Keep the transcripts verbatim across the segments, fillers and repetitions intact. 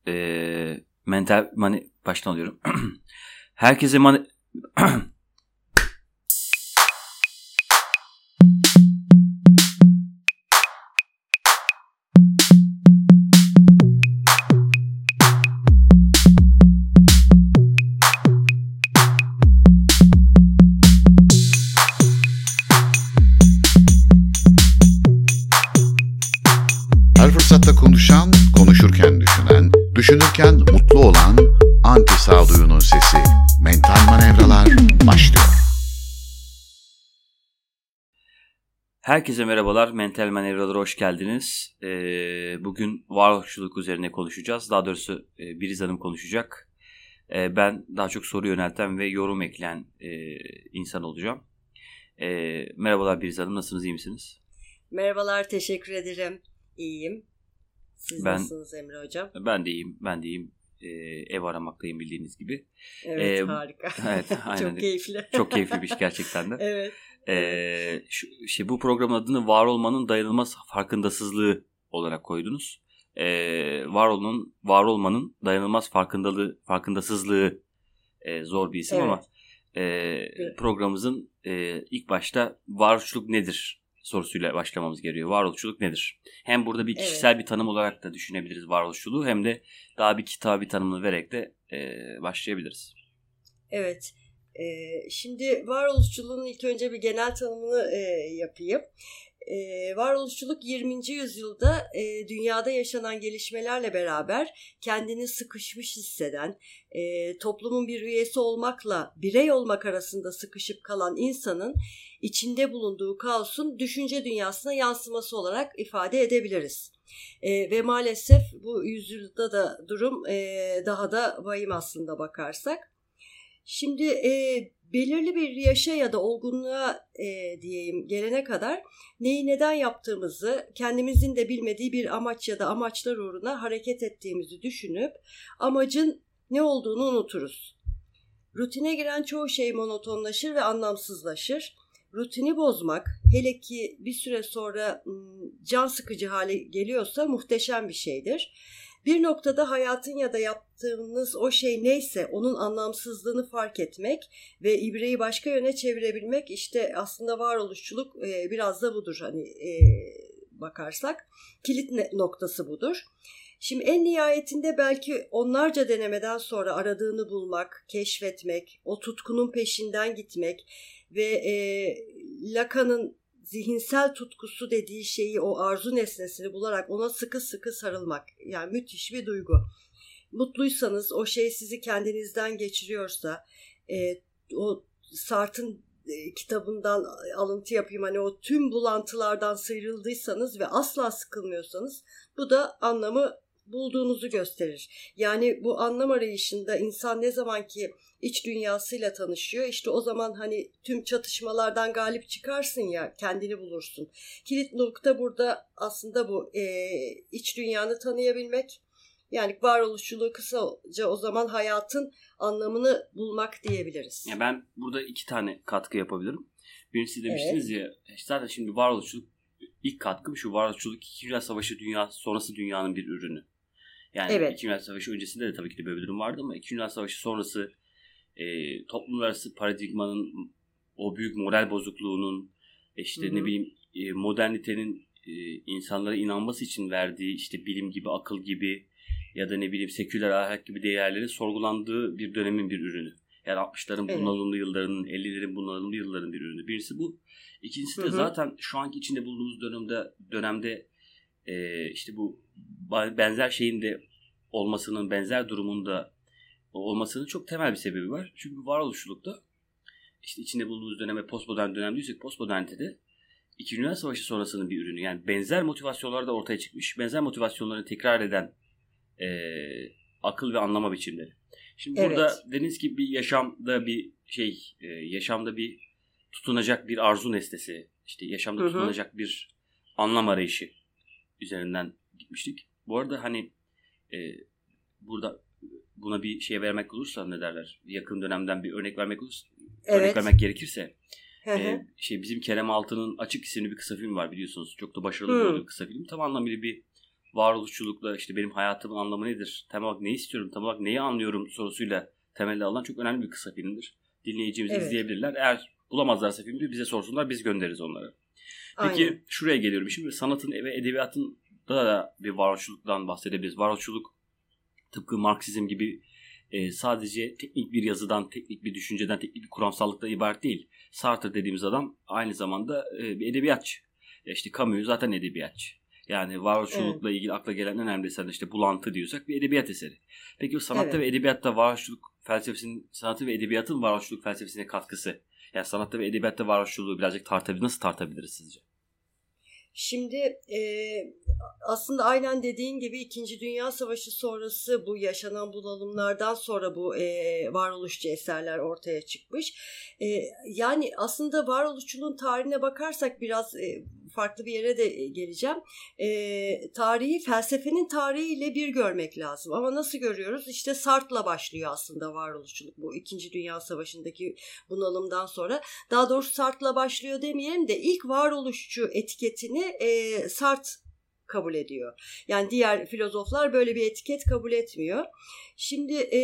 Ee, mental mani baştan alıyorum. Herkese mani Her fırsatta konuşan, konuşurken düşünen, düşünürken mutlu olan anti sağduyunun sesi. Mental manevralar başlıyor. Herkese merhabalar. Mental manevralara hoş geldiniz. Ee, bugün varoluşçuluk üzerine konuşacağız. Daha doğrusu e, Biriz Hanım konuşacak. E, ben daha çok soru yönelten ve yorum ekleyen e, insan olacağım. E, merhabalar Biriz Hanım. Nasılsınız? İyi misiniz? Merhabalar. Teşekkür ederim. İyiyim. Siz ben, nasılsınız Emre Hocam? Ben de iyiyim. Ben de iyiyim. Ee, ev aramaktayım bildiğiniz gibi. Evet, ee, harika. Evet, aynen. Çok keyifli. Çok keyifli bir iş gerçekten de. Evet. Ee, şu, şey, bu programın adını var olmanın dayanılmaz farkındasızlığı olarak koydunuz. Ee, var olmanın, var olmanın dayanılmaz farkındalığı, farkındasızlığı e, zor bir isim, evet. Ama e, evet. Programımızın e, ilk başta varoluşçuluk nedir sorusuyla başlamamız gerekiyor. Varoluşçuluk nedir? Hem burada bir kişisel evet. bir tanım olarak da düşünebiliriz varoluşçuluğu, hem de daha bir kitabi tanımını vererek de e, başlayabiliriz. Evet. E, şimdi varoluşçuluğun ilk önce bir genel tanımını e, yapayım. E, varoluşçuluk yirminci yüzyılda e, dünyada yaşanan gelişmelerle beraber kendini sıkışmış hisseden, e, toplumun bir üyesi olmakla birey olmak arasında sıkışıp kalan insanın içinde bulunduğu kaosun düşünce dünyasına yansıması olarak ifade edebiliriz. E, ve maalesef bu yüzyılda da durum e, daha da vahim aslında bakarsak. Şimdi e, belirli bir yaşa ya da olgunluğa e, diyeyim gelene kadar neyi neden yaptığımızı, kendimizin de bilmediği bir amaç ya da amaçlar uğruna hareket ettiğimizi düşünüp amacın ne olduğunu unuturuz. Rutine giren çoğu şey monotonlaşır ve anlamsızlaşır. Rutini bozmak, hele ki bir süre sonra can sıkıcı hale geliyorsa muhteşem bir şeydir. Bir noktada hayatın ya da yaptığınız o şey neyse onun anlamsızlığını fark etmek ve ibreyi başka yöne çevirebilmek, işte aslında varoluşçuluk e, biraz da budur hani e, bakarsak. Kilit noktası budur. Şimdi en nihayetinde belki onlarca denemeden sonra aradığını bulmak, keşfetmek, o tutkunun peşinden gitmek ve e, Lacan'ın zihinsel tutkusu dediği şeyi, o arzu nesnesini bularak ona sıkı sıkı sarılmak. Yani müthiş bir duygu. Mutluysanız, o şey sizi kendinizden geçiriyorsa, e, o Sartre'ın e, kitabından alıntı yapayım, hani o tüm bulantılardan sıyrıldıysanız ve asla sıkılmıyorsanız, bu da anlamı bulduğunuzu gösterir. Yani bu anlam arayışında insan ne zaman ki iç dünyasıyla tanışıyor, işte o zaman hani tüm çatışmalardan galip çıkarsın ya, kendini bulursun. Kilit nokta burada aslında bu e, iç dünyanı tanıyabilmek. Yani varoluşçuluğu kısaca o zaman hayatın anlamını bulmak diyebiliriz. Ya ben burada iki tane katkı yapabilirim. Birincisi demiştiniz evet. ya, zaten şimdi varoluşçuluk ilk katkım şu: varoluşçuluk İkinci Dünya Savaşı dünya sonrası dünyanın bir ürünü. Yani evet. İkinci Dünya Savaşı öncesinde de tabii ki de böyle bir durum vardı, ama İkinci Dünya Savaşı sonrası e, toplumlar arası paradigmanın, o büyük moral bozukluğunun, işte Hı-hı. ne bileyim e, modernitenin e, insanlara inanması için verdiği işte bilim gibi, akıl gibi ya da ne bileyim seküler ahlak gibi değerlerin sorgulandığı bir dönemin bir ürünü. Yani altmışların evet. bunalımlı yıllarının, ellilerin bunalımlı yılların bir ürünü. Birincisi bu. İkincisi de Hı-hı. zaten şu anki içinde bulunduğumuz dönemde dönemde e, işte bu benzer şeyin de olmasının, benzer durumunda olmasının çok temel bir sebebi var. Çünkü varoluşçulukta işte içinde bulunduğumuz döneme postmodern dönem diyorsak, postmodernitede İkinci Dünya Savaşı sonrasının bir ürünü. Yani benzer motivasyonlar da ortaya çıkmış. Benzer motivasyonları tekrar eden e, akıl ve anlama biçimleri. Şimdi evet. burada deniz gibi bir yaşamda bir şey, e, yaşamda bir tutunacak bir arzu nesnesi, işte yaşamda Hı-hı. tutunacak bir anlam arayışı üzerinden gitmiştik. Bu arada hani e, burada buna bir şey vermek olursa, ne derler, yakın dönemden bir örnek vermek olursa, evet. örnek vermek gerekirse e, şey bizim Kerem Altı'nın Açık isimli bir kısa film var, biliyorsunuz. Çok da başarılı bir kısa film. Tam anlamıyla bir varoluşçulukla işte benim hayatımın anlamı nedir? Temel olarak ne istiyorum? Temel olarak neyi anlıyorum sorusuyla temelde alınan çok önemli bir kısa filmdir. Dinleyicimiz evet. izleyebilirler. Eğer bulamazlarsa filmi bize sorsunlar, biz göndeririz onlara. Peki aynen. Şuraya geliyorum. Şimdi sanatın ve edebiyatın da bir varoluşçuluktan bahsedebiliriz. Varoluşçuluk tıpkı Marksizm gibi e, sadece teknik bir yazıdan, teknik bir düşünceden, teknik bir kuramsallıktan ibaret değil. Sartre dediğimiz adam aynı zamanda e, bir edebiyatçı. E işte Camus zaten edebiyatçı. Yani varoluşçulukla evet. ilgili akla gelen önemli eserler işte bulantı diyorsak bir edebiyat eseri. Peki bu sanatta evet. ve edebiyatta varoluşçuluk felsefesinin, sanatı ve edebiyatın varoluşçuluk felsefesine katkısı. Yani sanatta ve edebiyatta varoluşçuluğu birazcık tartabilir, nasıl tartabiliriz sizce? Şimdi e, aslında aynen dediğin gibi İkinci Dünya Savaşı sonrası bu yaşanan bunalımlardan sonra bu e, varoluşçu eserler ortaya çıkmış. E, yani aslında varoluşçuluğun tarihine bakarsak biraz e, farklı bir yere de geleceğim. E, tarihi felsefenin tarihiyle bir görmek lazım. Ama nasıl görüyoruz? İşte Sartre'la başlıyor aslında varoluşçuluk bu İkinci Dünya Savaşı'ndaki bunalımdan sonra. Daha doğrusu Sartre'la başlıyor demeyelim de ilk varoluşçu etiketini e, Sartre kabul ediyor. Yani diğer filozoflar böyle bir etiket kabul etmiyor. Şimdi e,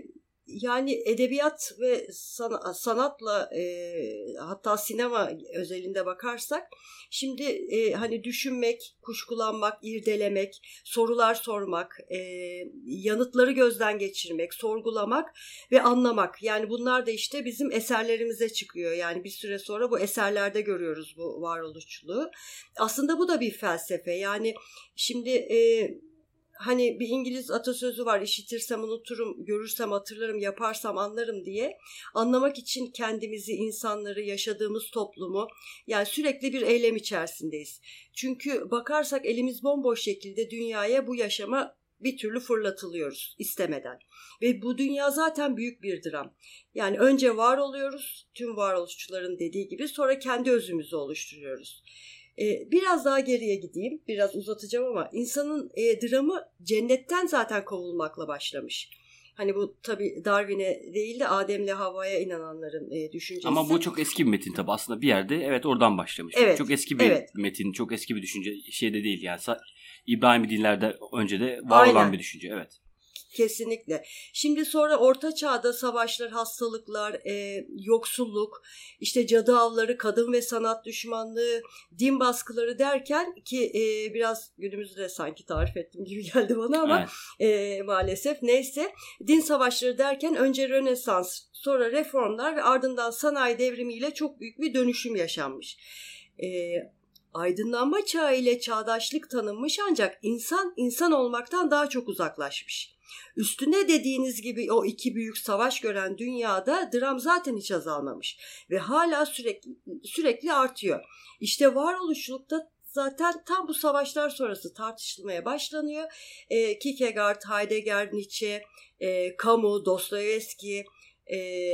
yani edebiyat ve sanatla e, hatta sinema özelinde bakarsak şimdi e, hani düşünmek, kuşkulanmak, irdelemek, sorular sormak, e, yanıtları gözden geçirmek, sorgulamak ve anlamak. Yani bunlar da işte bizim eserlerimize çıkıyor. Yani bir süre sonra bu eserlerde görüyoruz bu varoluşçuluğu. Aslında bu da bir felsefe. Yani şimdi e, hani bir İngiliz atasözü var, işitirsem unuturum, görürsem hatırlarım, yaparsam anlarım diye. Anlamak için kendimizi, insanları, yaşadığımız toplumu, yani sürekli bir eylem içerisindeyiz. Çünkü bakarsak elimiz bomboş şekilde dünyaya, bu yaşama bir türlü fırlatılıyoruz istemeden. Ve bu dünya zaten büyük bir dram. Yani önce var oluyoruz, tüm varoluşçuların dediği gibi, sonra kendi özümüzü oluşturuyoruz. Biraz daha geriye gideyim, biraz uzatacağım ama insanın e, dramı cennetten zaten kovulmakla başlamış. Hani bu tabii Darwin'e değil de Adem'le Havva'ya inananların e, düşüncesi. Ama bu çok eski bir metin tabii aslında bir yerde evet oradan başlamış. Evet, çok eski bir evet. metin, çok eski bir düşünce şey de değil yani. İbrahimi dinlerde önce de var Aynen. olan bir düşünce evet. Kesinlikle. Şimdi sonra Orta Çağ'da savaşlar, hastalıklar, e, yoksulluk, işte cadı avları, kadın ve sanat düşmanlığı, din baskıları derken ki e, biraz günümüzde sanki tarif ettim gibi geldi bana ama evet. e, maalesef neyse din savaşları derken önce Rönesans, sonra reformlar ve ardından sanayi devrimiyle çok büyük bir dönüşüm yaşanmış. Evet. Aydınlanma çağı ile çağdaşlık tanınmış ancak insan insan olmaktan daha çok uzaklaşmış. Üstüne dediğiniz gibi o iki büyük savaş gören dünyada dram zaten hiç azalmamış ve hala sürekli sürekli artıyor. İşte varoluşçulukta zaten tam bu savaşlar sonrası tartışılmaya başlanıyor. E, Kierkegaard, Heidegger, Nietzsche, e, Camus, Dostoyevski, e,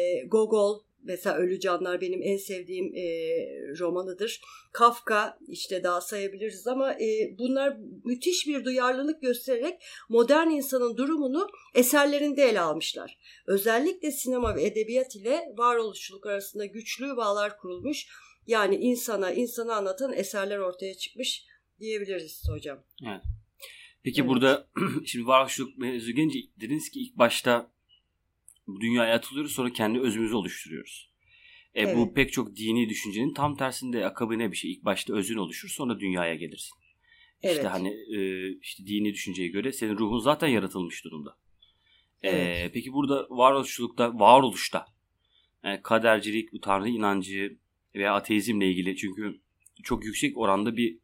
Gogol, mesela Ölü Canlar benim en sevdiğim e, romanıdır. Kafka işte daha sayabiliriz ama e, bunlar müthiş bir duyarlılık göstererek modern insanın durumunu eserlerinde ele almışlar. Özellikle sinema ve edebiyat ile varoluşçuluk arasında güçlü bağlar kurulmuş. Yani insana, insanı anlatan eserler ortaya çıkmış diyebiliriz hocam. Evet. Peki evet. burada şimdi varoluşçuluk mevzu gelince dediniz ki ilk başta dünyaya atılıyoruz sonra kendi özümüzü oluşturuyoruz. E, evet. Bu pek çok dini düşüncenin tam tersinde akabine bir şey. İlk başta özün oluşur sonra dünyaya gelirsin. Evet. İşte hani e, işte dini düşünceye göre senin ruhun zaten yaratılmış durumda. E, evet. Peki burada varoluşçulukta, varoluşta yani kadercilik, bu tanrı inancı veya ateizmle ilgili çünkü çok yüksek oranda bir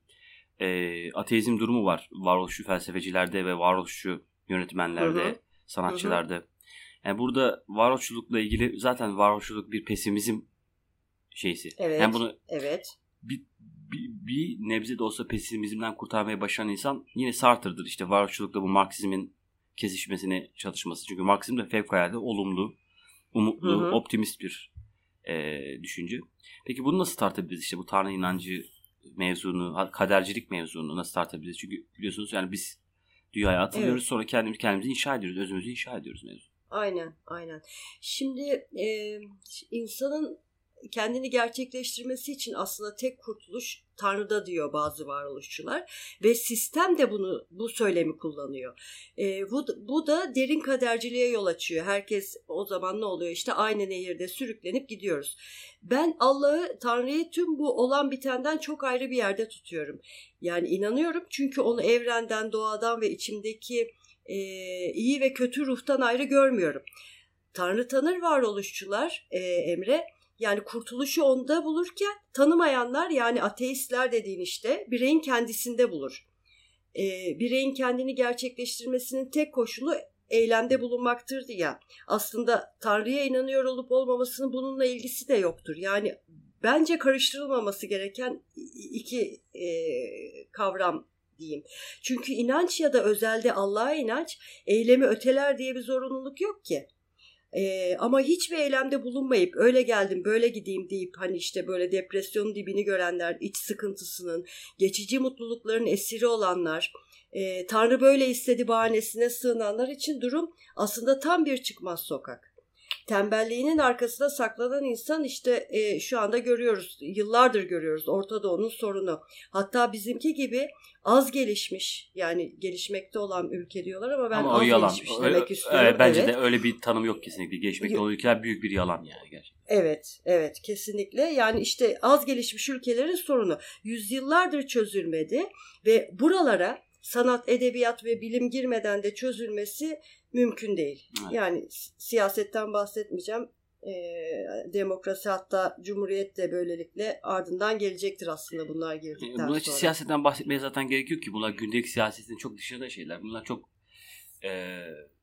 e, ateizm durumu var. Varoluşçu felsefecilerde ve varoluşçu yönetmenlerde, Hı-hı. sanatçılarda. Hı-hı. Yani burada varoluşçulukla ilgili zaten varoluşçuluk bir pesimizm şeysi. Evet. Yani bunu evet. bir, bir, bir nebze de olsa pesimizmden kurtarmaya başlayan insan yine Sartre'dır. İşte varoluşçulukla bu Marksizmin kesişmesine çalışması. Çünkü Marksizm de fevkalade olumlu, umutlu, hı hı. optimist bir e, düşünce. Peki bunu nasıl tartabiliriz? İşte bu tanrı inancı mevzunu, kadercilik mevzunu nasıl tartabiliriz? Çünkü biliyorsunuz yani biz dünyaya atılıyoruz evet. sonra kendimiz kendimizi inşa ediyoruz. Özümüzü inşa ediyoruz mevzu. Aynen, aynen. Şimdi e, insanın kendini gerçekleştirmesi için aslında tek kurtuluş Tanrı'da diyor bazı varoluşçular ve sistem de bunu bu söylemi kullanıyor. E, bu, bu da derin kaderciliğe yol açıyor. Herkes o zaman ne oluyor işte aynı nehirde sürüklenip gidiyoruz. Ben Allah'ı, Tanrı'yı tüm bu olan bitenden çok ayrı bir yerde tutuyorum. Yani inanıyorum çünkü onu evrenden, doğadan ve içimdeki e, iyi ve kötü ruhtan ayrı görmüyorum. Tanrı tanır varoluşçular e, Emre. Yani kurtuluşu onda bulurken tanımayanlar yani ateistler dediğin işte bireyin kendisinde bulur. E, bireyin kendini gerçekleştirmesinin tek koşulu eylemde bulunmaktır diye. Aslında Tanrı'ya inanıyor olup olmamasının bununla ilgisi de yoktur. Yani bence karıştırılmaması gereken iki e, kavram diyeyim. Çünkü inanç ya da özelde Allah'a inanç eylemi öteler diye bir zorunluluk yok ki. Ee, ama hiçbir eylemde bulunmayıp öyle geldim böyle gideyim deyip hani işte böyle depresyonun dibini görenler, iç sıkıntısının, geçici mutlulukların esiri olanlar, e, Tanrı böyle istedi bahanesine sığınanlar için durum aslında tam bir çıkmaz sokak. Tembelliğinin arkasında saklanan insan işte e, şu anda görüyoruz, yıllardır görüyoruz Orta Doğu'nun sorunu. Hatta bizimki gibi az gelişmiş yani gelişmekte olan ülke diyorlar ama ben ama az yalan. gelişmiş öyle, demek istiyorum. Evet, bence evet. de öyle bir tanım yok kesinlikle. Gelişmekte olan ülkeler büyük bir yalan yani gerçekten. Evet, evet kesinlikle. Yani işte az gelişmiş ülkelerin sorunu yüzyıllardır çözülmedi ve buralara sanat, edebiyat ve bilim girmeden de çözülmesi mümkün değil. Evet. Yani siyasetten bahsetmeyeceğim. E, demokrasi hatta cumhuriyet de böylelikle ardından gelecektir aslında bunlar girdikten sonra. Bunlar için siyasetten bahsetmeye zaten gerek yok ki. Bunlar gündelik siyasetin çok dışında şeyler. Bunlar çok e,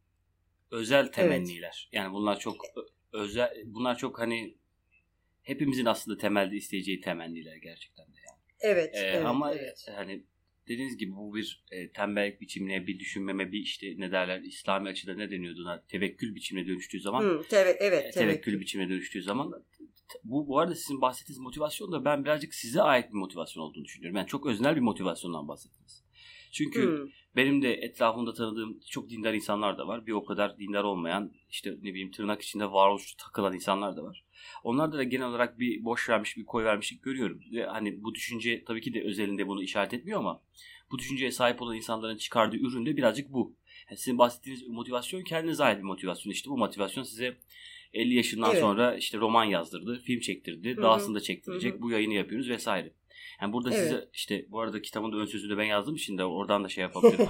özel temenniler. Evet. Yani bunlar çok özel, bunlar çok hani hepimizin aslında temelde isteyeceği temenniler gerçekten de yani. Evet. E, evet ama evet. hani dediğiniz gibi bu bir e, tembellik biçimine, bir düşünmeme, bir işte ne derler İslami açıda ne deniyordu ona tevekkül biçimine dönüştüğü zaman hmm, teve, evet, e, tevekkül, tevekkül biçimine dönüştüğü zaman bu bu arada sizin bahsettiğiniz motivasyon da ben birazcık size ait bir motivasyon olduğunu düşünüyorum. Yani çok öznel bir motivasyondan bahsettiniz. Çünkü hmm. benim de etrafımda tanıdığım çok dindar insanlar da var. Bir o kadar dindar olmayan işte ne bileyim tırnak içinde varoluşçu takılan insanlar da var. Onlarda da genel olarak bir boş vermiş, bir koy vermişlik görüyorum. Ve hani bu düşünce tabii ki de özelinde bunu işaret etmiyor ama bu düşünceye sahip olan insanların çıkardığı ürün de birazcık bu. Yani sizin bahsettiğiniz motivasyon kendinize ait bir motivasyon. İşte bu motivasyon size elli yaşından evet. sonra işte roman yazdırdı, film çektirdi, Hı-hı. dahasını çektirecek, Hı-hı. bu yayını yapıyoruz vesaire. Yani burada evet. size işte bu arada kitabın da ön sözünü de ben yazdığım için de oradan da şey yapabilirim.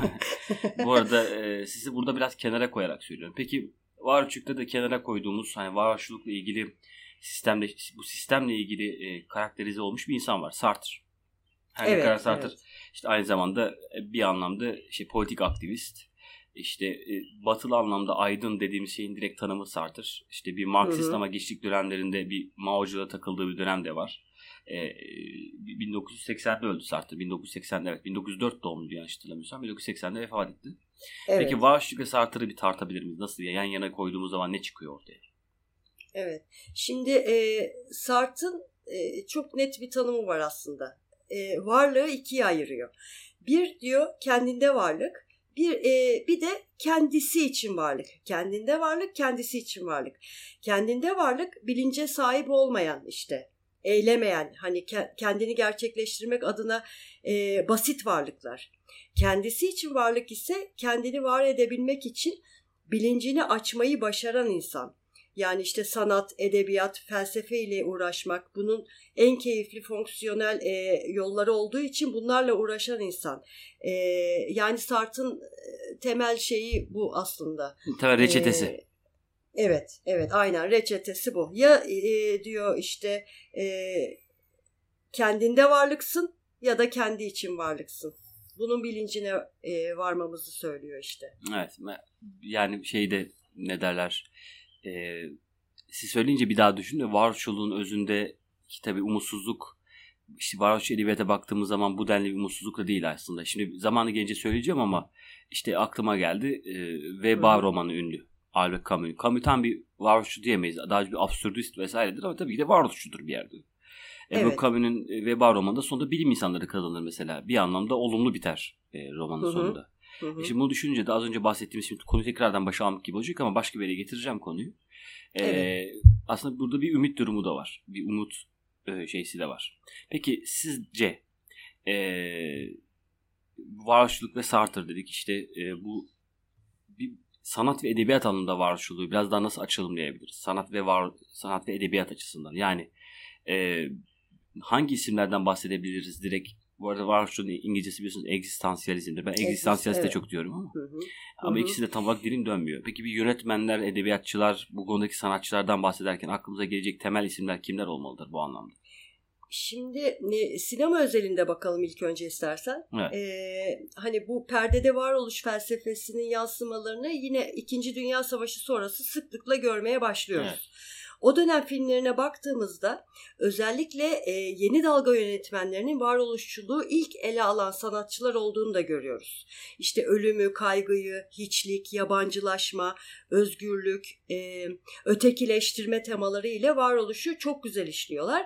Bu arada e, sizi burada biraz kenara koyarak söylüyorum. Peki varoluşçulukta da kenara koyduğumuz hani varoluşçulukla ilgili sistemle bu sistemle ilgili e, karakterize olmuş bir insan var. Sartre. Her evet, ne kadar Sartre evet. işte aynı zamanda bir anlamda işte politik aktivist. İşte e, batılı anlamda aydın dediğimiz şeyin direkt tanımı Sartre. İşte bir Marksist ama gençlik dönemlerinde bir Mao'culuğa takıldığı bir dönem de var. E, bin dokuz yüz seksende öldü Sartre. bin dokuz yüz seksende evet bin dokuz yüz dört doğumluydu yanlış hatırlamıyorsam. bin dokuz yüz seksende vefat etti. Evet. Peki varoluşçuluk ve Sartre'ı bir tartabilir miyiz? Nasıl ya? Yan yana koyduğumuz zaman ne çıkıyor ortaya? Evet. Şimdi e, Sartre'ın e, çok net bir tanımı var aslında. E, varlığı ikiye ayırıyor. Bir diyor kendinde varlık, bir e, bir de kendisi için varlık. Kendinde varlık, kendisi için varlık. Kendinde varlık bilince sahip olmayan işte, eylemeyen, hani ke- kendini gerçekleştirmek adına e, basit varlıklar. Kendisi için varlık ise kendini var edebilmek için bilincini açmayı başaran insan. Yani işte sanat, edebiyat, felsefe ile uğraşmak bunun en keyifli fonksiyonel e, yolları olduğu için bunlarla uğraşan insan. E, yani Sartre'ın temel şeyi bu aslında. Temel reçetesi. E, evet, evet aynen reçetesi bu. Ya e, diyor işte e, kendinde varlıksın ya da kendi için varlıksın. Bunun bilincine e, varmamızı söylüyor işte. Evet, yani şeyde ne derler... Ee, siz söyleyince bir daha düşünün. Varoluşçuluğun özünde ki tabii umutsuzluk, işte varoluşçu edebiyata baktığımız zaman bu denli bir umutsuzluk da değil aslında. Şimdi zamanı gelince söyleyeceğim ama işte aklıma geldi ee, ve Bağ romanı ünlü. Albert Camus. Camus tam bir varoluşçu diyemeyiz. Daha bir absürdist vesairedir ama tabii ki de varoluşçudur bir yerde. Evet. Bu Camus'un Veba romanında sonunda bilim insanları kazanır mesela. Bir anlamda olumlu biter e, romanın Hı-hı. sonunda. Hı hı. Şimdi bunu düşününce de az önce bahsettiğimiz şimdi konuyu tekrardan başa almak gibi olacak ama başka bir yere getireceğim konuyu. Ee, evet. Aslında burada bir ümit durumu da var. Bir umut e, şeysi de var. Peki sizce e, varoluşçuluk ve Sartre dedik işte e, bu bir sanat ve edebiyat alanında varoluşçuluğu biraz daha nasıl açılımlayabiliriz? Sanat ve var sanat ve edebiyat açısından. Yani e, hangi isimlerden bahsedebiliriz direkt? Bu arada varoluşçuluğun İngilizcesi biliyorsunuz egzistansiyalizmdir. Ben egzistansiyalist evet. de çok diyorum ama. Hı hı. Ama hı hı. ikisi de tam olarak dilim dönmüyor. Peki bir yönetmenler, edebiyatçılar, bu konudaki sanatçılardan bahsederken aklımıza gelecek temel isimler kimler olmalıdır bu anlamda? Şimdi ne, sinema özelinde bakalım ilk önce istersen. Evet. Ee, hani bu perdede varoluş felsefesinin yansımalarını yine İkinci Dünya Savaşı sonrası sıklıkla görmeye başlıyoruz. Evet. O dönem filmlerine baktığımızda özellikle e, yeni dalga yönetmenlerinin varoluşçuluğu ilk ele alan sanatçılar olduğunu da görüyoruz. İşte ölümü, kaygıyı, hiçlik, yabancılaşma, özgürlük, e, ötekileştirme temaları ile varoluşu çok güzel işliyorlar.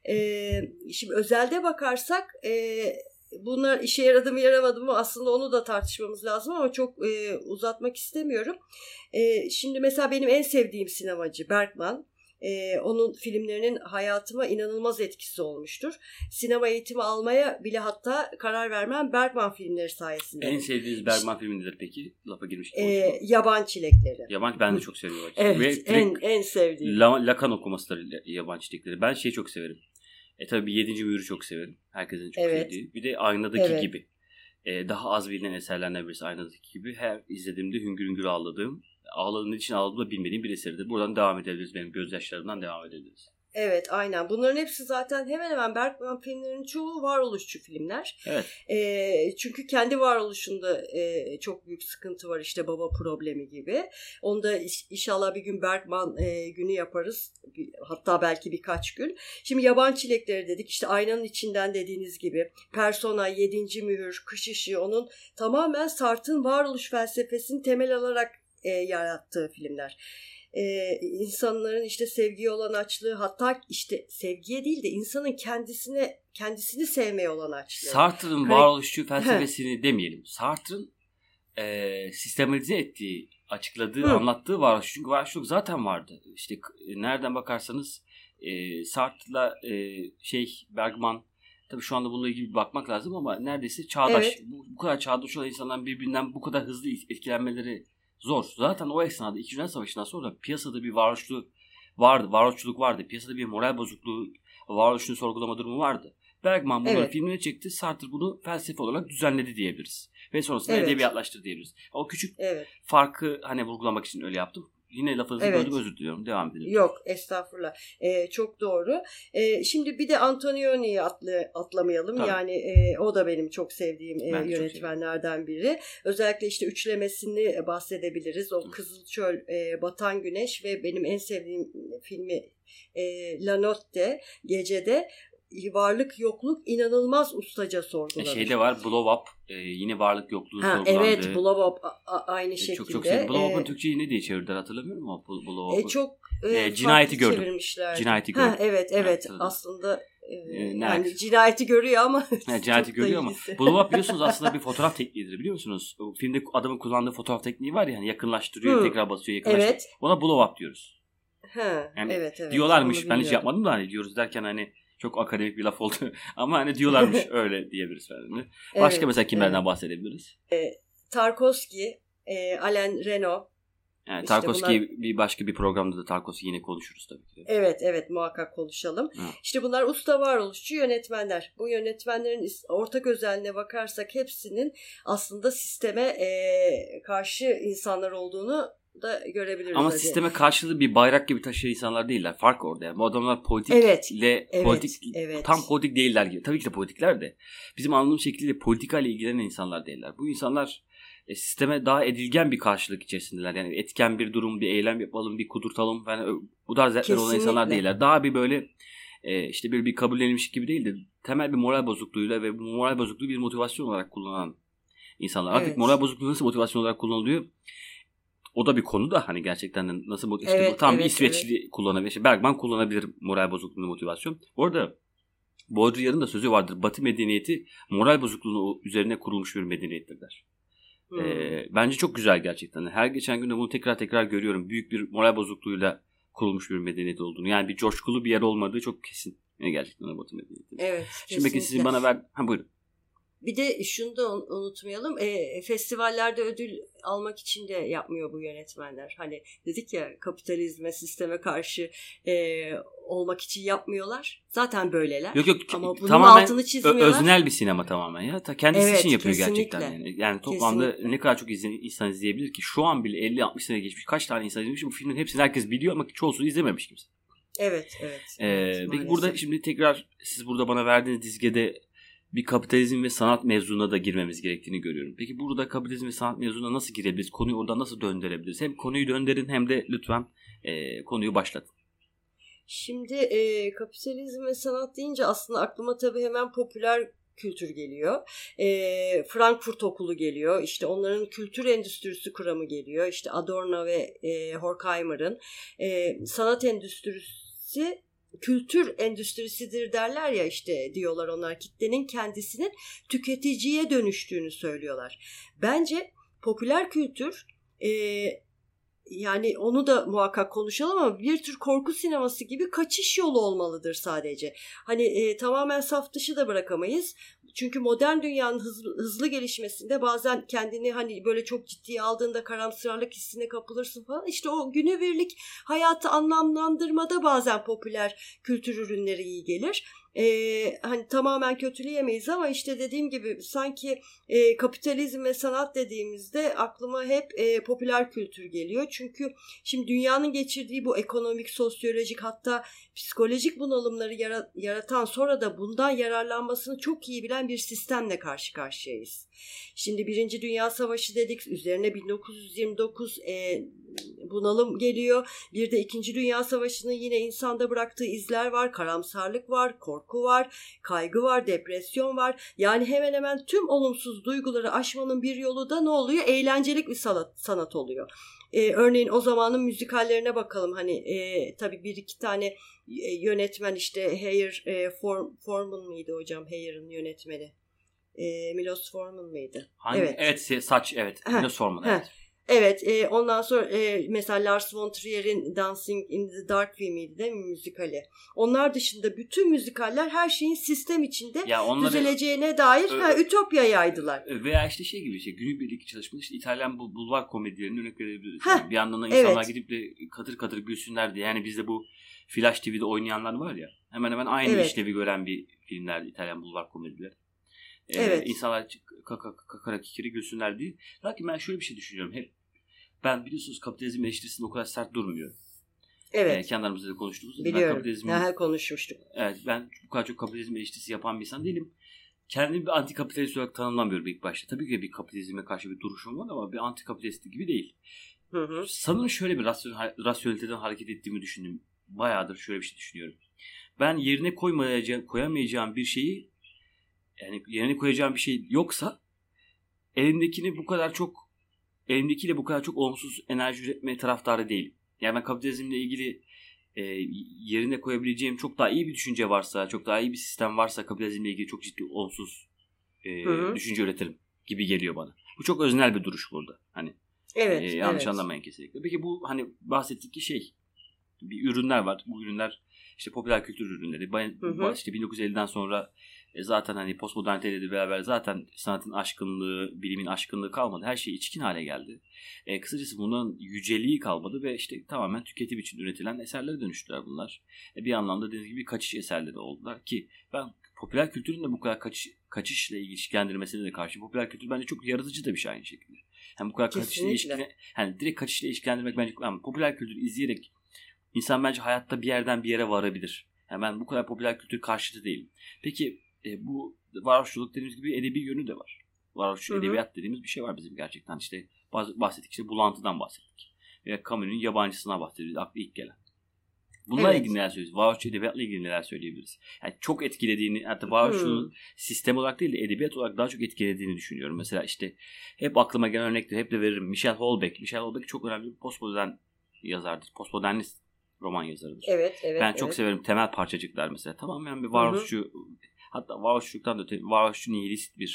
E, şimdi özelde bakarsak e, bunlar işe yaradı mı yaramadı mı aslında onu da tartışmamız lazım ama çok e, uzatmak istemiyorum. E, şimdi mesela benim en sevdiğim sinemacı Bergman. Ee, onun filmlerinin hayatıma inanılmaz etkisi olmuştur. Sinema eğitimi almaya bile hatta karar vermem Bergman filmleri sayesinde. En sevdiğiniz Bergman filmi nedir peki? Lafa girmiş. Ee, Yaban Çilekleri. Yaban ben de çok seviyorum. Evet, Ve en en sevdiğim. La, Lacan okumasıdır Yaban Çilekleri. Ben şeyi çok severim. E tabii yedinci Mühür'ü çok severim. Herkesin çok evet. sevdiği. Bir de Aynadaki evet. gibi. Ee, daha az bilinen eserlerden birisi Aynadaki gibi. Her izlediğimde hüngür hüngür ağladığım, ağladığım için ağladığımı bilmediğim bir eseridir. Buradan devam edebiliriz. Benim gözyaşlarımdan devam edebiliriz. Evet, aynen. Bunların hepsi zaten hemen hemen Bergman filmlerinin çoğu varoluşçu filmler. Evet. E, çünkü kendi varoluşunda e, çok büyük sıkıntı var, işte baba problemi gibi. Onu da inşallah bir gün Bergman e, günü yaparız. Hatta belki birkaç gün. Şimdi Yaban Çilekleri dedik. İşte Aynanın içinden dediğiniz gibi. Persona, Yedinci Mühür, Kış Işığı onun tamamen Sartre'ın varoluş felsefesini temel alarak e, yarattığı filmler. Ee, insanların işte sevgiye olan açlığı, hatta işte sevgiye değil de insanın kendisine kendisini sevmeye olan açlığı. Sartre'ın hani, varoluşçu felsefesini demeyelim. Sartre'ın e, sistematize ettiği, açıkladığı, Hı. anlattığı varoluş. Çünkü varoluşluk zaten vardı. İşte nereden bakarsanız e, Sartre'la e, şey Bergman, tabii şu anda bununla ilgili bakmak lazım ama neredeyse çağdaş. Evet. Bu, bu kadar çağdaş olan insanların birbirinden bu kadar hızlı etkilenmeleri zor. Zaten o esnada İkinci Dünya Savaşı'ndan sonra piyasada bir varoluşçuluk vardı. Varoluşçuluk vardı. Piyasada bir moral bozukluğu, varoluşunu sorgulama durumu vardı. Bergman bunları evet. filmine çekti. Sartre bunu felsefe olarak düzenledi diyebiliriz. Ve sonrasında evet. edebiyatlaştırdı diyebiliriz. O küçük evet. farkı hani vurgulamak için öyle yaptım. Yine lafınızı evet. böldüm, özür diliyorum. Devam edelim. Yok, estağfurullah. Ee, çok doğru. Ee, şimdi bir de Antonioni'yi atlı, atlamayalım. Tabii. Yani e, o da benim çok sevdiğim e, yönetmenlerden biri. Özellikle işte üçlemesini bahsedebiliriz. O Kızılçöl, e, Batan Güneş ve benim en sevdiğim filmi e, La Notte, Gece'de. Varlık yokluk inanılmaz ustaca sorgulanır. E şeyde var Blow Up e, yine varlık yokluğun sorgulandığı. Evet, Blow Up a, a, aynı e, şekilde. Çok çok sevdim. Blow Up'ın e, Türkçe'yi ne diye çevirdiler hatırlamıyorum ama Blow Up'ı. E, çok e, e, cinayeti gördüm. Cinayeti gördüm. Ha, evet evet ha, aslında e, e, yani cinayeti görüyor ama. Ha, cinayeti görüyor ama. Blow Up biliyorsunuz aslında bir fotoğraf tekniğidir biliyor musunuz? O filmde adamın kullandığı fotoğraf tekniği var ya hani yakınlaştırıyor, Hı. tekrar basıyor, yakınlaştırıyor. Evet. Ona Blow Up diyoruz. Ha, yani evet evet. Diyorlarmış. Ben hiç yapmadım da hani diyoruz derken hani çok akademik bir laf oldu. Ama hani diyorlarmış öyle diyebiliriz. Yani. Başka evet, mesela kimlerden evet. bahsedebiliriz? E, Tarkovski, e, Alain Renaud. Yani işte Tarkovski bunlar... bir başka bir programda da Tarkovski yine konuşuruz tabii ki. Evet evet muhakkak konuşalım. Hı. İşte bunlar usta varoluşçu yönetmenler. Bu yönetmenlerin ortak özelliğine bakarsak hepsinin aslında sisteme e, karşı insanlar olduğunu da görebiliriz. Ama hadi. Sisteme karşılığı bir bayrak gibi taşıyan insanlar değiller. Fark orada yani. Bu adamlar politikle evet, evet, politik evet. tam politik değiller gibi. Tabii ki de politikler de bizim anladığımız şekilde politikayla ilgilenen insanlar değiller. Bu insanlar e, sisteme daha edilgen bir karşılık içerisindeler. Yani etken bir durum, bir eylem yapalım, bir kudurtalım. Yani bu tarz dertler olan insanlar değiller. Daha bir böyle e, işte bir bir kabullenilmiş gibi değil de temel bir moral bozukluğuyla ve bu moral bozukluğu bir motivasyon olarak kullanan insanlar. Artık evet. moral bozukluğu nasıl motivasyon olarak kullanılıyor? O da bir konu da hani gerçekten de nasıl işte evet, bu tam evet, bir İsveçli evet. kullanabilir. İşte Bergman kullanabilir moral bozukluğunu motivasyon. Bu arada Baudrillard'ın da sözü vardır. Batı medeniyeti moral bozukluğu üzerine kurulmuş bir medeniyettir der. Hmm. E, bence çok güzel gerçekten. Her geçen gün de bunu tekrar tekrar görüyorum. Büyük bir moral bozukluğuyla kurulmuş bir medeniyet olduğunu. Yani bir coşkulu bir yer olmadığı çok kesin. Yani gerçekten Batı medeniyeti. Evet. Şimdi peki sizin bana ver... Ha buyurun. Bir de şunu da unutmayalım. E, festivallerde ödül almak için de yapmıyor bu yönetmenler. Hani dedik ya, kapitalizme, sisteme karşı e, olmak için yapmıyorlar. Zaten böyleler. Yok yok. Ama bunun altını çizmiyorlar. Öznel bir sinema tamamen ya. Ta kendisi evet, için yapıyor kesinlikle. gerçekten. Yani, yani toplamda kesinlikle. Ne kadar çok izle, insan izleyebilir ki. Şu an bile elli altmış sene geçmiş. Kaç tane insan izlemiş. Bu filmin hepsini herkes biliyor ama çoğusunu izlememiş kimse. Evet, evet. Ee, evet peki burada şimdi tekrar siz burada bana verdiğiniz dizgede bir kapitalizm ve sanat mevzuna da girmemiz gerektiğini görüyorum. Peki burada kapitalizm ve sanat mevzuna nasıl girebiliriz? Konuyu oradan nasıl döndürebiliriz? Hem konuyu döndürün hem de lütfen e, konuyu başlatın. Şimdi e, kapitalizm ve sanat deyince aslında aklıma tabii hemen popüler kültür geliyor. E, Frankfurt Okulu geliyor. İşte onların kültür endüstrisi kuramı geliyor. İşte Adorno ve e, Horkheimer'ın e, sanat endüstrisi kültür endüstrisidir derler ya, işte diyorlar onlar, kitlenin kendisinin tüketiciye dönüştüğünü söylüyorlar. Bence popüler kültür e, yani onu da muhakkak konuşalım ama bir tür korku sineması gibi kaçış yolu olmalıdır sadece. Hani e, tamamen saf dışı da bırakamayız. Çünkü modern dünyanın hızlı, hızlı gelişmesinde bazen kendini hani böyle çok ciddiye aldığında karamsarlık hissine kapılırsın falan. İşte o günübirlik hayatı anlamlandırmada bazen popüler kültür ürünleri iyi gelir. Ee, hani tamamen kötüleyemeyiz ama işte dediğim gibi sanki e, kapitalizm ve sanat dediğimizde aklıma hep e, popüler kültür geliyor. Çünkü şimdi dünyanın geçirdiği bu ekonomik, sosyolojik, hatta psikolojik bunalımları yara- yaratan, sonra da bundan yararlanmasını çok iyi bilen bir sistemle karşı karşıyayız. Şimdi Birinci Dünya Savaşı dedik, üzerine bin dokuz yüz yirmi dokuz e, bunalım geliyor. Bir de İkinci Dünya Savaşı'nın yine insanda bıraktığı izler var, karamsarlık var, korku var, kaygı var, depresyon var. Yani hemen hemen tüm olumsuz duyguları aşmanın bir yolu da ne oluyor? Eğlencelik bir sanat, sanat oluyor. Ee, örneğin o zamanın müzikallerine bakalım. Hani e, tabii bir iki tane e, yönetmen, işte Heyer e, Form, Forman mıydı hocam? Heyer'ın yönetmeni. E, Milos Forman mıydı? Hangi? Evet. Evet, saç evet. Heh, Milos Forman evet. Heh. Evet, e, ondan sonra e, mesela Lars von Trier'in Dancing in the Dark filmiydi değil mi, müzikali? Onlar dışında bütün müzikaller her şeyin sistem içinde onları, düzeleceğine dair ö, ha, ütopya yaydılar. Veya işte şey gibi, şey, günübirlik çalışmalı işte İtalyan bulvar komedilerinin örnek verebiliriz. Yani bir yandan da insanlar evet. gidip de katır katır gülsünler diye. Yani bizde bu Flash T V'de oynayanlar var ya, hemen hemen aynı evet. işlevi gören bir filmlerdi İtalyan bulvar komedileri. Ee, evet. İnsanlar kakara kikiri gülsünler diye. Lakin ben şöyle bir şey düşünüyorum. Hep ben biliyorsunuz kapitalizm eleştirisinde o kadar sert durmuyorum. Evet. Ee, kendi aramızda da konuştuğumuzda. Biliyorum. Kapitalizm, Daha konuşmuştuk. Evet, ben bu kadar çok kapitalizm eleştirisi yapan bir insan değilim. Kendimi bir antikapitalist olarak tanımlamıyorum ilk başta. Tabii ki bir kapitalizme karşı bir duruşum var ama bir antikapitalist gibi değil. Hı hı. Sanırım şöyle bir rasyon, rasyoneliteden hareket ettiğimi düşündüm. Bayağıdır şöyle bir şey düşünüyorum. Ben yerine koymayacağım, koyamayacağım bir şeyi, yani yerine koyacağım bir şey yoksa elimdekini bu kadar çok elimdekiyle bu kadar çok olumsuz enerji üretmeye taraftarı değilim. Yani ben kapitalizmle ilgili e, yerine koyabileceğim çok daha iyi bir düşünce varsa, çok daha iyi bir sistem varsa kapitalizmle ilgili çok ciddi olumsuz e, düşünce üretirim gibi geliyor bana. Bu çok öznel bir duruş burada. Hani evet, e, yanlış evet. anlamayın kesinlikle. Peki bu hani bahsettik ki şey, bir ürünler var. Bu ürünler işte popüler kültür ürünleri. Hı hı. İşte bin dokuz yüz elliden sonra e, zaten hani postmoderniteyle beraber zaten sanatın aşkınlığı, bilimin aşkınlığı kalmadı. Her şey içkin hale geldi. E, kısacası bunun yüceliği kalmadı ve işte tamamen tüketim için üretilen eserlere dönüştüler bunlar. E, bir anlamda dediğiniz gibi kaçış eserleri oldular ki ben popüler kültürün de bu kadar kaçış, kaçışla ilişkilendirmesine de karşı. Popüler kültür bence çok yaratıcı da bir şey aynı şekilde. Yani bu kadar kaçışla ilişkilendirmek, yani direkt kaçışla ilişkilendirmek bence, yani popüler kültür izleyerek İnsan bence hayatta bir yerden bir yere varabilir. Yani ben bu kadar popüler kültür karşıtı değilim. Peki e, bu varoluşçuluk dediğimiz gibi edebi yönü de var. Varoluşçu edebiyat dediğimiz bir şey var bizim gerçekten. İşte bahsettik, işte bulantıdan bahsettik. Veya Camus'un yabancısına bahsediyoruz. Aklı ilk gelen. Bunlarla evet. ilgili neler söyleyeceğiz? Varoluşçu edebiyatla ilgili neler söyleyebiliriz? Yani çok etkilediğini, hatta varoluşçuluğun hmm. sistem olarak değil de edebiyat olarak daha çok etkilediğini düşünüyorum. Mesela işte hep aklıma gelen örnektir, hep de veririm. Michel Houellebecq. Michel Houellebecq çok önemli bir postmodern yazardır. Postmodernist roman yazarıdır. Evet, evet. Ben çok evet. severim temel parçacıklar mesela. Tamamen bir varoluşçu, hatta varoluşçuluktan da öte varoluşçu nihilist bir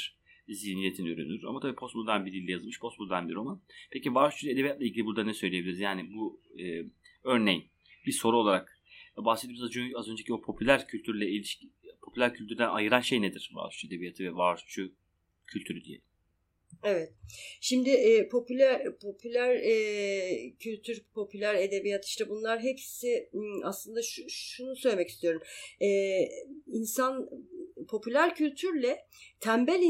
zihniyetin ürünüdür. Ama tabii postmodern bir dilde yazılmış, postmodern bir roman. Peki varoluşçu edebiyatla ilgili burada ne söyleyebiliriz? Yani bu e, örneğin bir soru olarak bahsettiğimiz az önceki o popüler kültürle ilişki, popüler kültürden ayıran şey nedir? Varoluşçu edebiyatı ve varoluşçu kültürü diye. Evet. Şimdi e, popüler popüler e, kültür, popüler edebiyat, işte bunlar hepsi aslında şu, şunu söylemek istiyorum. E, insan popüler kültürle tembel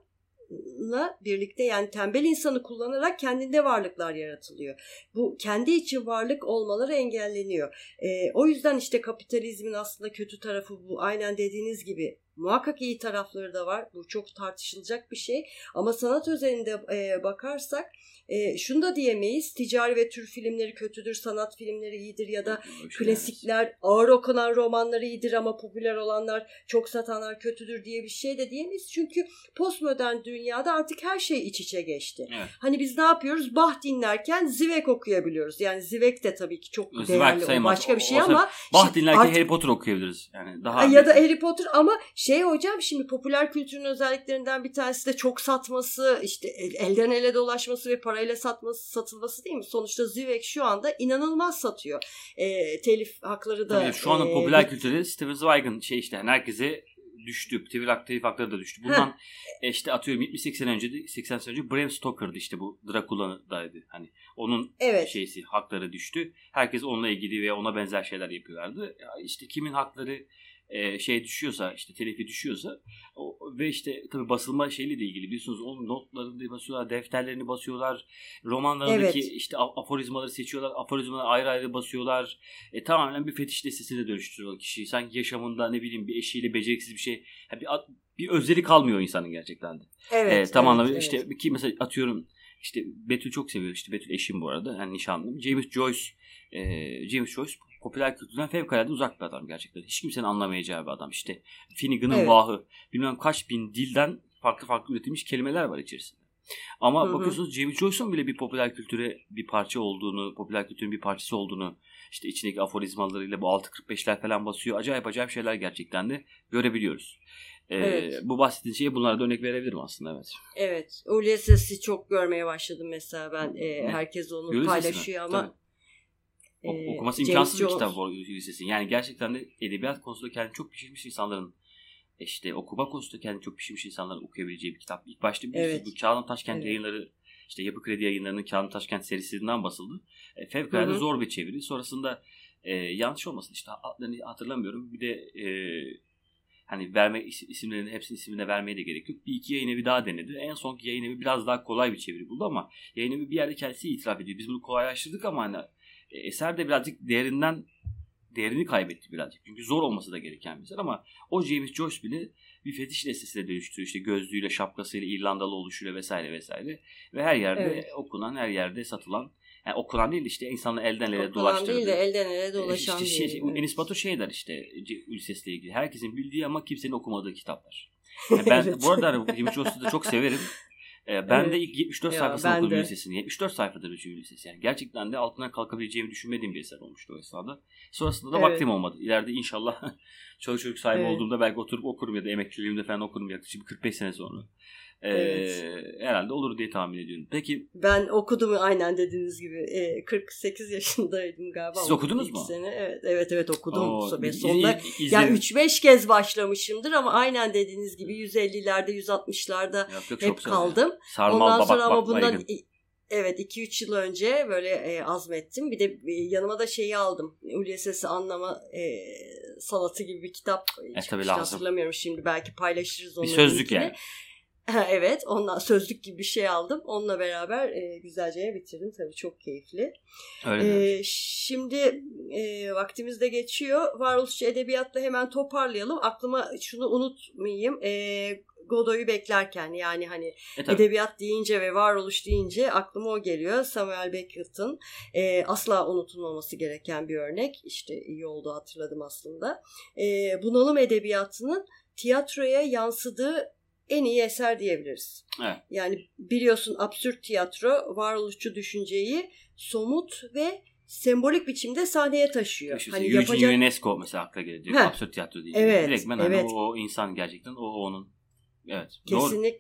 insanla birlikte, yani tembel insanı kullanarak kendinde varlıklar yaratılıyor. Bu kendi için varlık olmaları engelleniyor. E, o yüzden işte kapitalizmin aslında kötü tarafı bu. Aynen dediğiniz gibi. Muhakkak iyi tarafları da var. Bu çok tartışılacak bir şey. Ama sanat özelinde e, bakarsak e, şunu da diyemeyiz. Ticari ve tür filmleri kötüdür, sanat filmleri iyidir ya da klasikler, ağır okunan romanları iyidir ama popüler olanlar, çok satanlar kötüdür diye bir şey de diyemeyiz. Çünkü postmodern dünyada artık her şey iç içe geçti. Evet. Hani biz ne yapıyoruz? Bach dinlerken Zweig okuyabiliyoruz. Yani Zweig de tabii ki çok Zweig değerli, o başka bir şey o, ama Bach dinlerken artık Harry Potter okuyabiliriz. Yani daha ya da Harry Potter ama şey hocam, şimdi popüler kültürün özelliklerinden bir tanesi de çok satması, işte elden ele dolaşması ve parayla satması, satılması değil mi? Sonuçta Zweig şu anda inanılmaz satıyor. E, telif hakları da. Tabii şu anda e, popüler e, kültürde Steven Zweig'ın şey işte herkese düştü. Telif, telif hakları da düştü. Bundan e, işte atıyorum yetmiş seksen önce de seksen sene önce Bram Stoker'dı işte bu Dracula'daydı. Hani onun evet. şeysi hakları düştü. Herkes onunla ilgili ve ona benzer şeyler yapıyorlardı. Ya işte kimin hakları Ee, şey düşüyorsa, işte telifi düşüyorsa o, ve işte tabii basılma şeyle de ilgili biliyorsunuz, onun notlarını basıyorlar, defterlerini basıyorlar, romanlarındaki evet. işte aforizmaları seçiyorlar, aforizmaları ayrı ayrı basıyorlar, e, tamamen bir fetiş listesine dönüştürüyor kişiyi. Sanki yaşamında ne bileyim bir eşiyle beceriksiz bir şey, yani bir, bir özeli kalmıyor insanın gerçekten de. Evet. E, tamamen evet, işte evet. Ki mesela atıyorum işte Betül çok seviyor, işte Betül eşim bu arada, yani nişanlım. James Joyce e, James Joyce popüler kültürden fevkalade uzak bir adam gerçekten. Hiç kimsenin anlamayacağı bir adam. İşte Finnegan'ın evet. Vahı. Bilmem kaç bin dilden farklı farklı üretilmiş kelimeler var içerisinde. Ama hı hı. bakıyorsunuz James Joyce'un bile bir popüler kültüre bir parça olduğunu, popüler kültürün bir parçası olduğunu, işte içindeki aforizmalarıyla bu altı kırk beşler falan basıyor. Acayip acayip şeyler gerçekten de görebiliyoruz. Ee, evet. Bu bahsettiğin şeye bunlara da örnek verebilirim aslında, evet. Evet. Ulysses'i çok görmeye başladım mesela ben. Ee, herkes onu Ulysses'i paylaşıyor mi? ama... Tabii. O, okuması imkansız bir kitap var Ulysses'in. Yani gerçekten de edebiyat konusunda kendini çok pişirmiş insanların, işte okuma konusunda kendini çok pişirmiş insanların okuyabileceği bir kitap. İlk başta biliyorsunuz evet. bu Kağıdın Taşkent evet. yayınları, işte Yapı Kredi yayınlarının Kağıdın Taşkent serisinden basıldı. E, fevkalade Hı-hı. zor bir çeviri. Sonrasında e, yanlış olmasın işte adlarını hatırlamıyorum. Bir de e, hani verme isimlerini hepsinin ismine vermeye de gerek yok. Bir iki yayın evi daha denedi. En sonki yayın evi biraz daha kolay bir çeviri buldu ama yayın evi bir yerde kendisi itiraf ediyor. Biz bunu kolaylaştırdık ama hani eser de birazcık değerinden değerini kaybetti birazcık. Çünkü zor olması da gereken bir eser ama o James Joyce bile bir fetiş listesine dönüştürüyor. İşte gözlüğüyle, şapkasıyla, İrlandalı oluşuyla vesaire vesaire. Ve her yerde evet. okunan, her yerde satılan, yani okunan değil işte insanla elden ele dolaştırdığı. Okunan değil de elden ele dolaşan işte değil. Şey, evet. Enis Batur şey der işte Ulysses'le ilgili. Herkesin bildiği ama kimsenin okumadığı kitaplar. Yani ben evet. bu arada James Joyce'u da çok severim. Ben evet. de ilk yetmiş dört ya, sayfasını okudum Ulysses'ini. yetmiş dört sayfadır bütün Ulysses. Yani gerçekten de altından kalkabileceğimi düşünmediğim bir eser olmuştu o esnada. Sonrasında da evet. vaktim olmadı. İleride inşallah çoluk çocuk sahibi evet. olduğumda belki oturup okurum ya da emekçiliğimde falan okurum yaklaşık kırk beş sene sonra. Ee, evet. Herhalde olur diye tahmin ediyorum. Peki. Ben okudum aynen dediğiniz gibi. E, kırk sekiz yaşındaydım galiba. Siz okudunuz mu? Sene. Evet, evet evet okudum. Oo, sonunda yani üç beş kez başlamışımdır ama aynen dediğiniz gibi yüz ellilerde yüz altmışlarda yok, yok, hep kaldım. Sarmal, Ondan babak, sonra ama bak, bundan baygın. evet iki üç yıl önce böyle e, azmettim. Bir de e, yanıma da şeyi aldım. Ulysses'i anlama e, sanatı gibi bir kitap. E, Hiç hatırlamıyorum şimdi. Belki paylaşırız onu. Bir sözlük yani. Evet, ondan sözlük gibi bir şey aldım. Onunla beraber e, güzelce bitirdim. Tabii çok keyifli. Öyle e, şimdi e, vaktimiz de geçiyor. Varoluşçu edebiyatla hemen toparlayalım. Aklıma şunu unutmayayım. E, Godoy'u beklerken yani hani e, edebiyat deyince ve varoluş deyince aklıma o geliyor. Samuel Beckett'ın e, asla unutulmaması gereken bir örnek. İşte iyi oldu hatırladım aslında. E, bunalım edebiyatının tiyatroya yansıdığı en iyi eser diyebiliriz. Evet. Yani biliyorsun absürt tiyatro varoluşçu düşünceyi somut ve sembolik biçimde sahneye taşıyor. Hani Eugene yapacak... Ionesco mesela akla geliyor. Absürt tiyatro değil. Evet. Direkt ben evet. hani o, o insan gerçekten o onun. Evet. Kesinlikle. Doğru.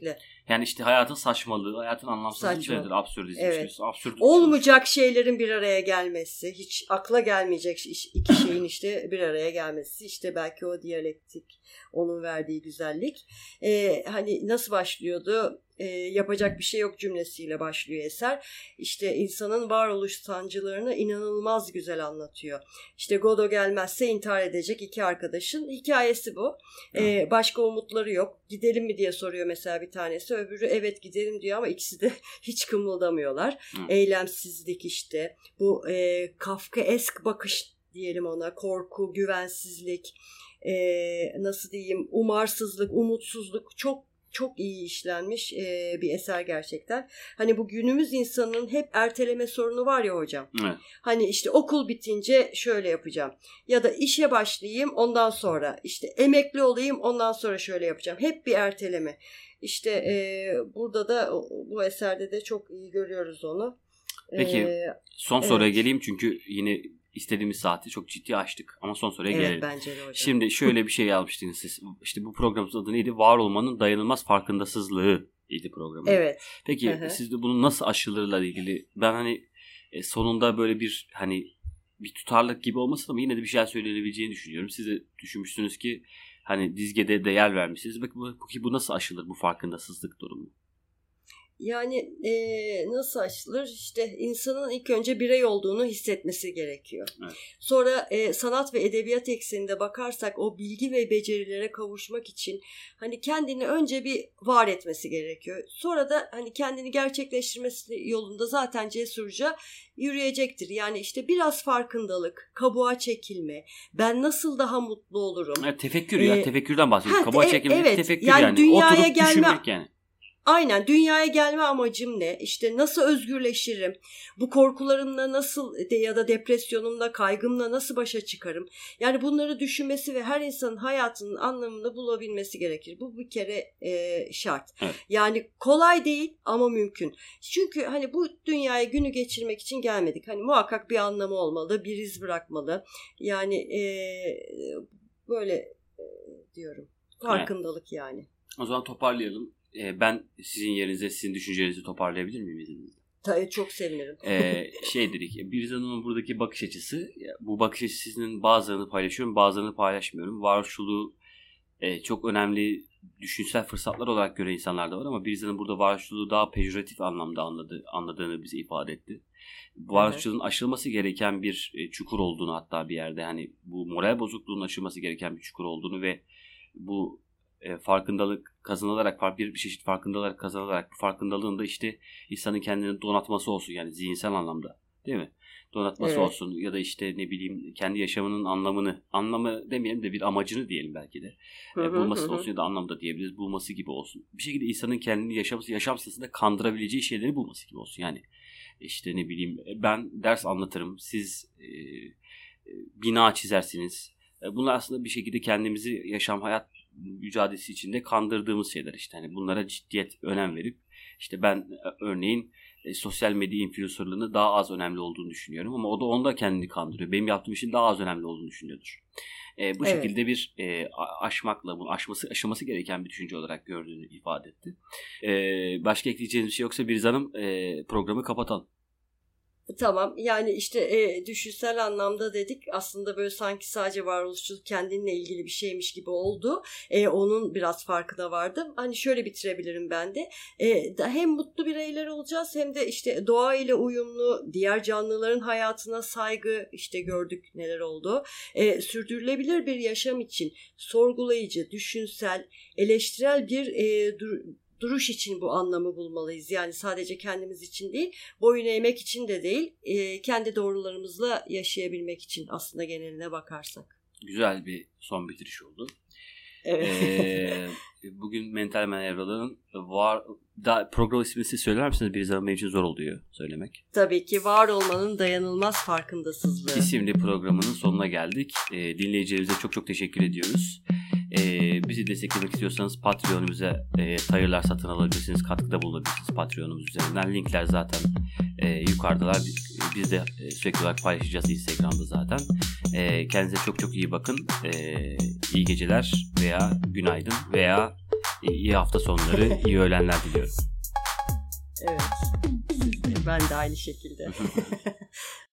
Yani işte hayatın saçmalığı, hayatın anlamsızlığı üzeridir absürdizm. Evet. İşte, absürdizm olmayacak şeylerin bir araya gelmesi, hiç akla gelmeyecek iki şeyin işte bir araya gelmesi, işte belki o diyalektik, onun verdiği güzellik. Ee, hani nasıl başlıyordu? Ee, yapacak bir şey yok cümlesiyle başlıyor eser. İşte insanın varoluş sancılarını inanılmaz güzel anlatıyor. İşte Godot gelmezse intihar edecek iki arkadaşın hikayesi bu. Ee, başka umutları yok. Gidelim mi diye soruyor mesela bir tanesi. Öbürü evet gidelim diyor ama ikisi de hiç kımıldamıyorlar. Hı. Eylemsizlik işte. Bu e, Kafkaesk bakış diyelim ona. Korku, güvensizlik, e, nasıl diyeyim, umarsızlık, umutsuzluk çok çok iyi işlenmiş e, bir eser gerçekten. Hani bu günümüz insanının hep erteleme sorunu var ya hocam. Evet. Hani işte okul bitince şöyle yapacağım. Ya da işe başlayayım ondan sonra. İşte emekli olayım ondan sonra şöyle yapacağım. Hep bir erteleme. İşte e, burada da bu eserde de çok iyi görüyoruz onu. Peki ee, son evet. soruya geleyim çünkü yine istediğimiz saati çok ciddi açtık. Ama son soruya evet, gelelim. Bence de hocam. Şimdi şöyle bir şey yazmıştınız siz. İşte bu programın adı neydi? Var olmanın dayanılmaz farkındasızlığı idi programın. Evet. Peki Hı-hı. siz de bunun nasıl aşılırla ilgili, ben hani sonunda böyle bir hani bir tutarlılık gibi olmasın ama yine de bir şey söylenebileceğini düşünüyorum. Siz de düşünmüşsünüz ki hani dizgede değer vermişsiniz. Peki bu, bu nasıl aşılır bu farkındasızlık durumu? Yani e, nasıl aşılır? İşte insanın ilk önce birey olduğunu hissetmesi gerekiyor. Evet. Sonra e, sanat ve edebiyat ekseninde bakarsak o bilgi ve becerilere kavuşmak için hani kendini önce bir var etmesi gerekiyor. Sonra da hani kendini gerçekleştirmesi yolunda zaten cesurca yürüyecektir. Yani işte biraz farkındalık, kabuğa çekilme, ben nasıl daha mutlu olurum? Evet, tefekkür ee, ya tefekkürden bahsediyoruz. Kabuğa e, çekilme, evet, tefekkür yani. yani. Dünyaya Oturup gelme, düşünmek yani. Aynen, dünyaya gelme amacım ne? İşte nasıl özgürleşirim? Bu korkularımla nasıl de ya da depresyonumla, kaygımla nasıl başa çıkarım? Yani bunları düşünmesi ve her insanın hayatının anlamını bulabilmesi gerekir. Bu bir kere e, şart. Evet. Yani kolay değil ama mümkün. Çünkü hani bu dünyaya günü geçirmek için gelmedik. Hani muhakkak bir anlamı olmalı, bir iz bırakmalı. Yani e, böyle e, diyorum. Farkındalık evet. Yani. O zaman toparlayalım. Ben sizin yerinize sizin düşüncelerinizi toparlayabilir miyim izninizle? Tabii, çok sevinirim. ee, şey dedik, Biriz Hanım'ın buradaki bakış açısı, bu bakış açısının bazılarını paylaşıyorum, bazılarını paylaşmıyorum. Varoluşçuluğu e, çok önemli düşünsel fırsatlar olarak gören insanlar da var ama Biriz Hanım burada varoluşçuluğu daha pejoratif anlamda anladı, anladığını bize ifade etti. Varoluşçuluğun evet. aşılması gereken bir çukur olduğunu, hatta bir yerde hani bu moral bozukluğunun aşılması gereken bir çukur olduğunu ve bu E, farkındalık kazanılarak, farklı bir çeşit farkındalık kazanılarak, bu farkındalığın da işte insanın kendini donatması olsun, yani zihinsel anlamda, değil mi? Donatması evet. olsun ya da işte ne bileyim kendi yaşamının anlamını, anlamı demeyelim de bir amacını diyelim belki de. Hı hı, e, bulması hı. olsun ya da anlamda diyebiliriz, bulması gibi olsun. Bir şekilde insanın kendini yaşaması, yaşam sırasında kandırabileceği şeyleri bulması gibi olsun. Yani işte ne bileyim ben ders anlatırım, siz e, e, bina çizersiniz. E, bunlar aslında bir şekilde kendimizi yaşam, hayat mücadelesi içinde kandırdığımız şeyler işte. Hani bunlara ciddiyet, önem verip işte ben örneğin e, sosyal medya influencerlığını daha az önemli olduğunu düşünüyorum ama o da onda kendini kandırıyor. Benim yaptığım işin daha az önemli olduğunu düşünüyordur. E, bu evet. şekilde bir e, aşmakla, bunu aşması, aşılması gereken bir düşünce olarak gördüğünü ifade etti. E, başka ekleyeceğiniz bir şey yoksa Biriz Hanım e, programı kapatalım. Tamam, yani işte e, düşünsel anlamda dedik, aslında böyle sanki sadece varoluşçuluk kendinle ilgili bir şeymiş gibi oldu. E, onun biraz farkına vardım. Hani şöyle bitirebilirim ben de. E, hem mutlu bireyler olacağız hem de işte doğa ile uyumlu, diğer canlıların hayatına saygı, işte gördük neler oldu. E, sürdürülebilir bir yaşam için sorgulayıcı, düşünsel, eleştirel bir e, dur- duruş için bu anlamı bulmalıyız. Yani sadece kendimiz için değil, boyun eğmek için de değil, e, kendi doğrularımızla yaşayabilmek için aslında geneline bakarsak. Güzel bir son bitiriş oldu. Evet. Ee, bugün Mental Manevraların var, da, program ismini siz söyler misiniz? Bir zaman benim için zor oluyor söylemek. Tabii ki, var olmanın dayanılmaz farkındasızlığı. İsimli programının sonuna geldik. Ee, dinleyicilerimize çok çok teşekkür ediyoruz. Ee, bizi desteklemek istiyorsanız Patreon'umuza e, tayırlar satın alabilirsiniz, katkıda bulunabilirsiniz Patreon'umuz üzerinden. Linkler zaten e, yukarıdalar. Biz de e, sürekli olarak paylaşacağız Instagram'da zaten. E, kendinize çok çok iyi bakın. E, iyi geceler veya günaydın veya İyi hafta sonları, iyi öğlenler diliyorum. Evet. Ben de aynı şekilde.